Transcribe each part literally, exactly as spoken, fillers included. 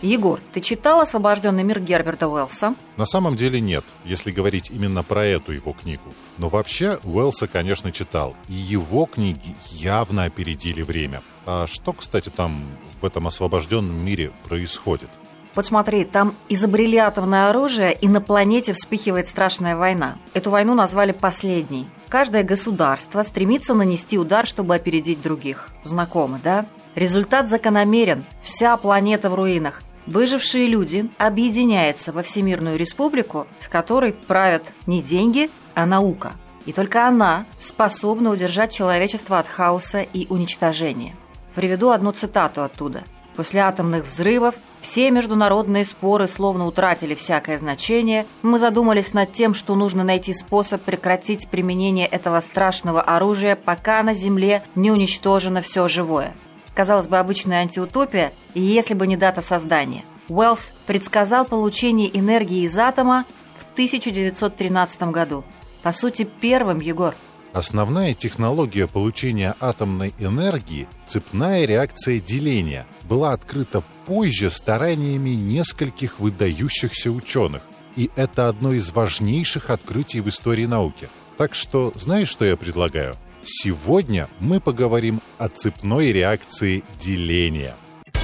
Егор, ты читал «Освобожденный мир» Герберта Уэллса? На самом деле нет, если говорить именно про эту его книгу. Но вообще Уэллса, конечно, читал. И его книги явно опередили время. А что, кстати, там в этом освобожденном мире происходит? Вот смотри, там изобрели атомное оружие, и на планете вспыхивает страшная война. Эту войну назвали последней. Каждое государство стремится нанести удар, чтобы опередить других. Знакомо, да? Результат закономерен. Вся планета в руинах. Выжившие люди объединяются во Всемирную Республику, в которой правят не деньги, а наука. И только она способна удержать человечество от хаоса и уничтожения. Приведу одну цитату оттуда. «После атомных взрывов все международные споры словно утратили всякое значение. Мы задумались над тем, что нужно найти способ прекратить применение этого страшного оружия, пока на Земле не уничтожено все живое». Казалось бы, обычная антиутопия, если бы не дата создания. Уэллс предсказал получение энергии из атома в тысяча девятьсот тринадцатом году. По сути, первым, Егор. Основная технология получения атомной энергии, цепная реакция деления, была открыта позже стараниями нескольких выдающихся ученых. И это одно из важнейших открытий в истории науки. Так что, знаешь, что я предлагаю? Сегодня мы поговорим о цепной реакции деления.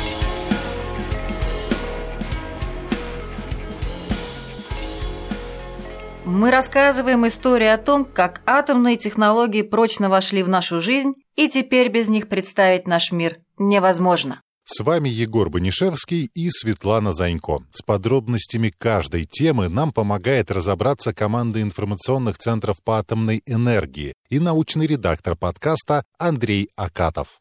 Мы рассказываем историю о том, как атомные технологии прочно вошли в нашу жизнь, и теперь без них представить наш мир невозможно. С вами Егор Банишевский и Светлана Занько. С подробностями каждой темы нам помогает разобраться команда информационных центров по атомной энергии и научный редактор подкаста Андрей Акатов.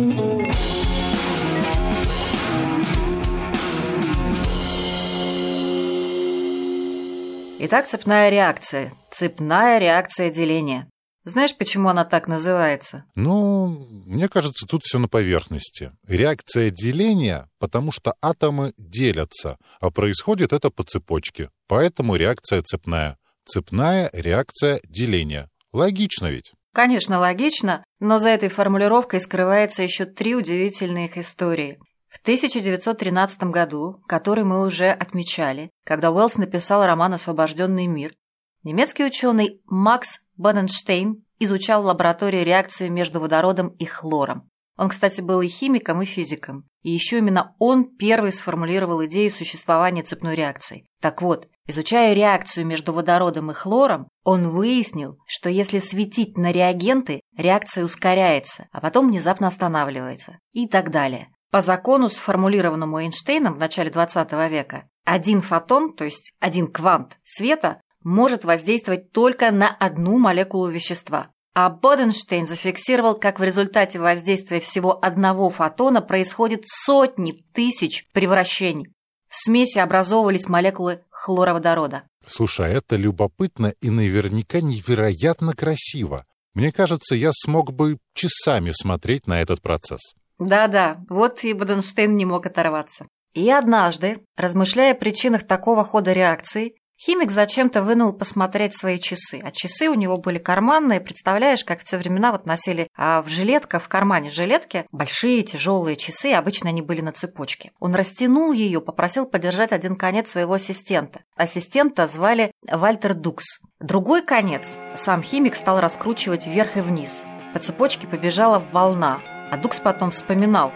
Итак, цепная реакция. Цепная реакция деления. Знаешь, почему она так называется? Ну, мне кажется, тут все на поверхности. Реакция деления, потому что атомы делятся, а происходит это по цепочке. Поэтому реакция цепная. Цепная реакция деления. Логично ведь? Конечно, логично, но за этой формулировкой скрывается еще три удивительных истории. В тысяча девятьсот тринадцатом году, который мы уже отмечали, когда Уэллс написал роман «Освобожденный мир», немецкий ученый Макс Боденштейн изучал в лаборатории реакцию между водородом и хлором. Он, кстати, был и химиком, и физиком. И еще именно он первый сформулировал идею существования цепной реакции. Так вот, изучая реакцию между водородом и хлором, он выяснил, что если светить на реагенты, реакция ускоряется, а потом внезапно останавливается. И так далее. По закону, сформулированному Эйнштейном в начале двадцатого века, один фотон, то есть один квант света, может воздействовать только на одну молекулу вещества. А Боденштейн зафиксировал, как в результате воздействия всего одного фотона происходит сотни тысяч превращений. В смеси образовывались молекулы хлороводорода. Слушай, это любопытно и наверняка невероятно красиво. Мне кажется, я смог бы часами смотреть на этот процесс. Да-да, вот и Боденштейн не мог оторваться. И однажды, размышляя о причинах такого хода реакции, химик зачем-то вынул посмотреть свои часы. А часы у него были карманные, представляешь, как в те времена вот носили а в жилетках, в кармане жилетки, большие тяжелые часы, обычно они были на цепочке. Он растянул ее, попросил подержать один конец своего ассистента. Ассистента звали Вальтер Дукс. Другой конец сам химик стал раскручивать вверх и вниз. По цепочке побежала волна. А Дукс потом вспоминал.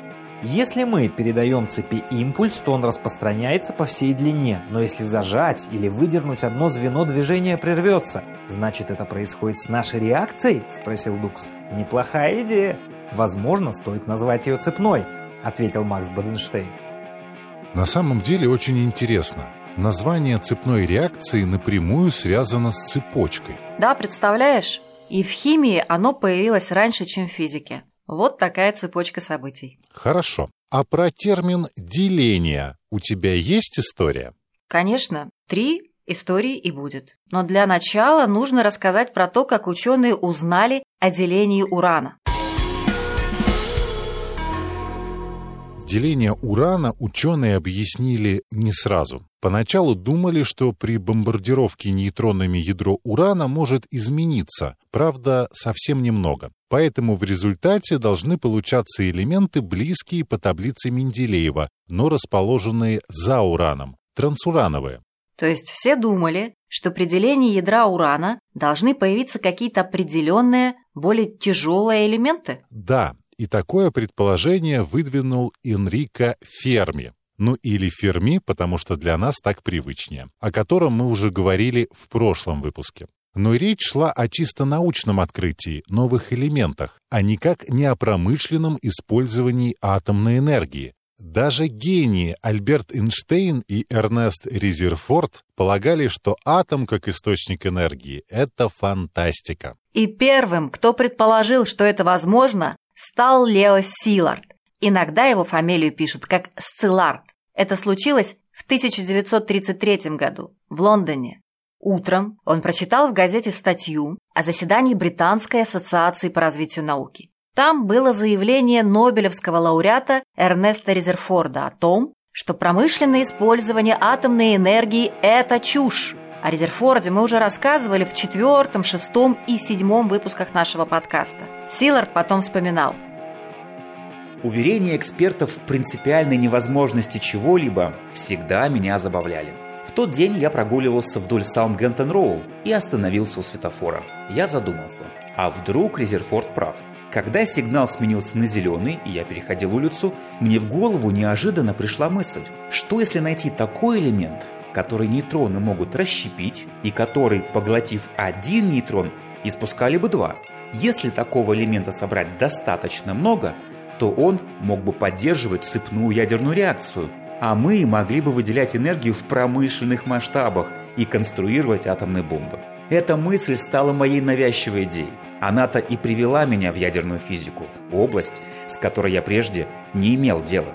Если мы передаем цепи импульс, то он распространяется по всей длине. Но если зажать или выдернуть одно звено, движение прервется. Значит, это происходит с нашей реакцией? Спросил Дукс. Неплохая идея. Возможно, стоит назвать ее цепной, ответил Макс Боденштейн. На самом деле очень интересно. Название цепной реакции напрямую связано с цепочкой. Да, представляешь? И в химии оно появилось раньше, чем в физике. Вот такая цепочка событий. Хорошо. А про термин «деление» у тебя есть история? Конечно, три истории и будет. Но для начала нужно рассказать про то, как ученые узнали о делении урана. Деление урана ученые объяснили не сразу. Поначалу думали, что при бомбардировке нейтронами ядро урана может измениться, правда, совсем немного. Поэтому в результате должны получаться элементы, близкие по таблице Менделеева, но расположенные за ураном, трансурановые. То есть все думали, что при делении ядра урана должны появиться какие-то определенные, более тяжелые элементы? Да, и такое предположение выдвинул Энрико Ферми. Ну или Ферми, потому что для нас так привычнее, о котором мы уже говорили в прошлом выпуске. Но речь шла о чисто научном открытии, новых элементах, а никак не о промышленном использовании атомной энергии. Даже гении Альберт Эйнштейн и Эрнест Резерфорд полагали, что атом как источник энергии – это фантастика. И первым, кто предположил, что это возможно, стал Лео Szilard. Иногда его фамилию пишут как Сциллард. Это случилось в тысяча девятьсот тридцать третьем году в Лондоне. Утром он прочитал в газете статью о заседании Британской ассоциации по развитию науки. Там было заявление нобелевского лауреата Эрнеста Резерфорда о том, что промышленное использование атомной энергии – это чушь. О Резерфорде мы уже рассказывали в четвертом, шестом и седьмом выпусках нашего подкаста. Szilard потом вспоминал. Уверения экспертов в принципиальной невозможности чего-либо всегда меня забавляли. В тот день я прогуливался вдоль Саутгемптон-Роу и остановился у светофора. Я задумался, а вдруг Резерфорд прав? Когда сигнал сменился на зеленый, и я переходил улицу, мне в голову неожиданно пришла мысль, что если найти такой элемент, который нейтроны могут расщепить, и который, поглотив один нейтрон, испускали бы два. Если такого элемента собрать достаточно много, то он мог бы поддерживать цепную ядерную реакцию, а мы могли бы выделять энергию в промышленных масштабах и конструировать атомные бомбы. Эта мысль стала моей навязчивой идеей. Она-то и привела меня в ядерную физику, область, с которой я прежде не имел дела.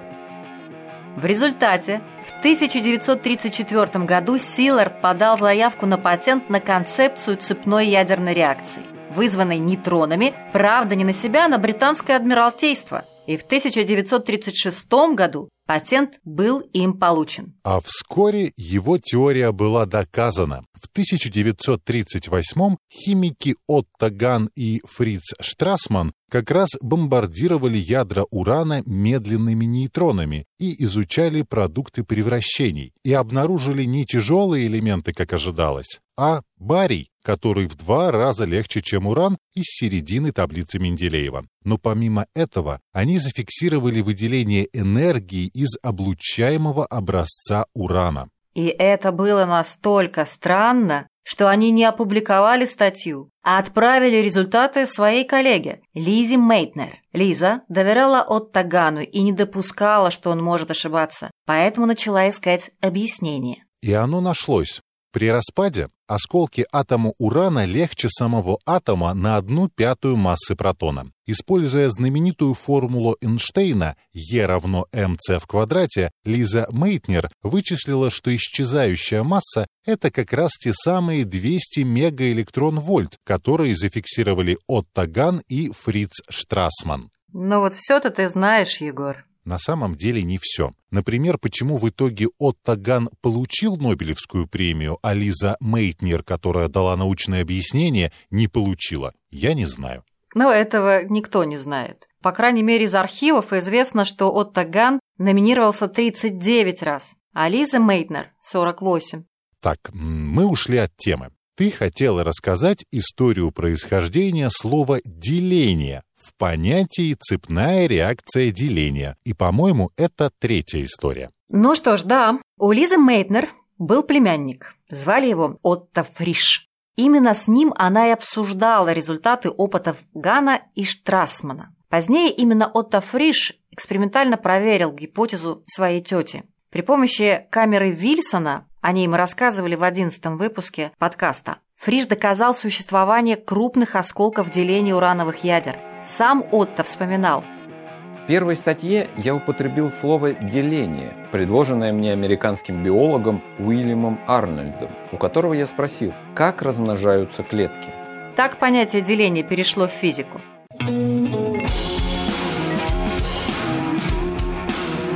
В результате в тысяча девятьсот тридцать четвёртом году Szilard подал заявку на патент на концепцию цепной ядерной реакции, вызванной нейтронами, правда не на себя, а на британское адмиралтейство. И в тысяча девятьсот тридцать шестом году патент был им получен. А вскоре его теория была доказана. В тысяча девятьсот тридцать восьмом химики Отто Ган и Фриц Штрасман как раз бомбардировали ядра урана медленными нейтронами и изучали продукты превращений, и обнаружили не тяжелые элементы, как ожидалось, а барий, который в два раза легче, чем уран, из середины таблицы Менделеева. Но помимо этого, они зафиксировали выделение энергии из облучаемого образца урана. И это было настолько странно, что они не опубликовали статью, а отправили результаты своей коллеге Лизе Мейтнер. Лиза доверяла Отто Гану и не допускала, что он может ошибаться, поэтому начала искать объяснение. И оно нашлось. При распаде осколки атома урана легче самого атома на одну пятую массы протона. Используя знаменитую формулу Эйнштейна E равно mc в квадрате, Лиза Мейтнер вычислила, что исчезающая масса – это как раз те самые двести мегаэлектрон-вольт, которые зафиксировали Отто Ган и Фриц Штрасман. Ну вот все-то ты знаешь, Егор. На самом деле не все. Например, почему в итоге Отто Ган получил Нобелевскую премию, а Лиза Мейтнер, которая дала научное объяснение, не получила, я не знаю. Но этого никто не знает. По крайней мере, из архивов известно, что Отто Ган номинировался тридцать девять раз, а Лиза Мейтнер – сорок восемь. Так, мы ушли от темы. Ты хотела рассказать историю происхождения слова «деление» в понятии «цепная реакция деления». И, по-моему, это третья история. Ну что ж, да. У Лизы Мейтнер был племянник. Звали его Отто Фриш. Именно с ним она и обсуждала результаты опытов Гана и Штрасмана. Позднее именно Отто Фриш экспериментально проверил гипотезу своей тети. При помощи камеры Вильсона, о ней мы рассказывали в одиннадцатом выпуске подкаста, Фриш доказал существование крупных осколков деления урановых ядер. Сам Отто вспоминал. В первой статье я употребил слово «деление», предложенное мне американским биологом Уильямом Арнольдом, у которого я спросил, как размножаются клетки. Так понятие деления перешло в физику.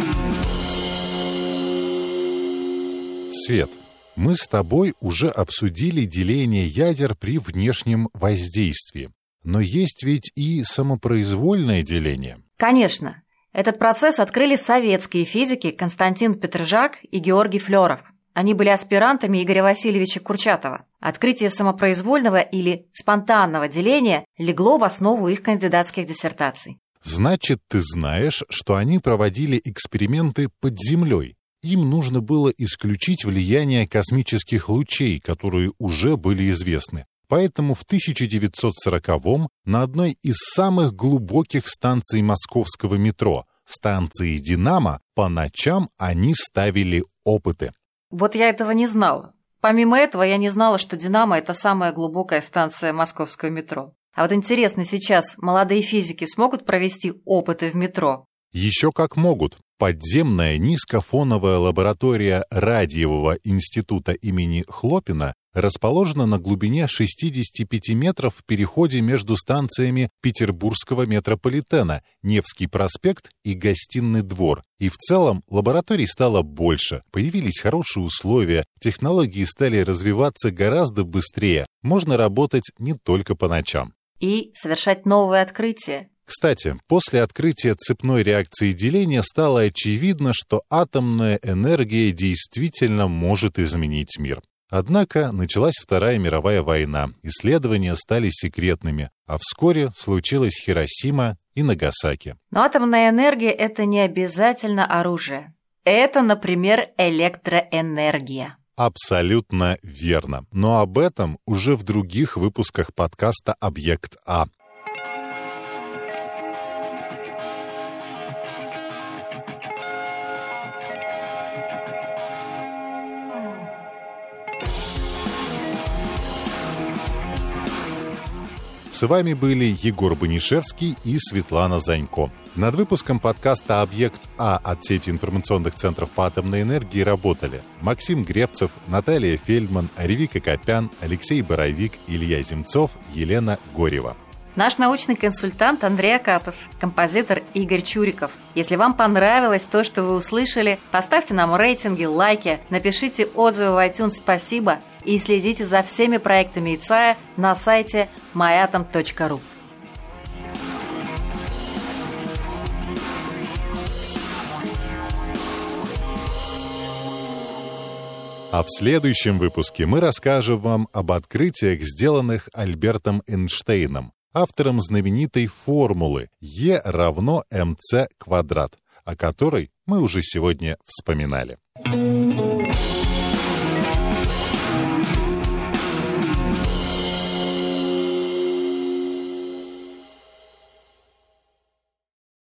Свет, мы с тобой уже обсудили деление ядер при внешнем воздействии. Но есть ведь и самопроизвольное деление. Конечно. Этот процесс открыли советские физики Константин Петржак и Георгий Флёров. Они были аспирантами Игоря Васильевича Курчатова. Открытие самопроизвольного или спонтанного деления легло в основу их кандидатских диссертаций. Значит, ты знаешь, что они проводили эксперименты под землей. Им нужно было исключить влияние космических лучей, которые уже были известны. Поэтому в тысяча девятьсот сороковом на одной из самых глубоких станций московского метро, станции «Динамо», по ночам они ставили опыты. Вот я этого не знала. Помимо этого, я не знала, что «Динамо» — это самая глубокая станция московского метро. А вот интересно, сейчас молодые физики смогут провести опыты в метро? Еще как могут. Подземная низкофоновая лаборатория Радиевого института имени Хлопина расположена на глубине шестидесяти пяти метров в переходе между станциями Петербургского метрополитена, Невский проспект и Гостиный двор. И в целом лабораторий стало больше, появились хорошие условия, технологии стали развиваться гораздо быстрее, можно работать не только по ночам. И совершать новые открытия. Кстати, после открытия цепной реакции деления стало очевидно, что атомная энергия действительно может изменить мир. Однако началась Вторая мировая война, исследования стали секретными, а вскоре случилась Хиросима и Нагасаки. Но атомная энергия – это не обязательно оружие. Это, например, электроэнергия. Абсолютно верно. Но об этом уже в других выпусках подкаста «Объект А». С вами были Егор Банишевский и Светлана Занько. Над выпуском подкаста «Объект А» от сети информационных центров по атомной энергии работали Максим Гревцев, Наталья Фельдман, Ревика Копян, Алексей Боровик, Илья Земцов, Елена Горева. Наш научный консультант Андрей Акатов, композитор Игорь Чуриков. Если вам понравилось то, что вы услышали, поставьте нам рейтинги, лайки, напишите отзывы в iTunes «Спасибо» и следите за всеми проектами ИЦАЯ на сайте май атом точка ру. А в следующем выпуске мы расскажем вам об открытиях, сделанных Альбертом Эйнштейном, автором знаменитой формулы Е равно эм цэ квадрат, о которой мы уже сегодня вспоминали.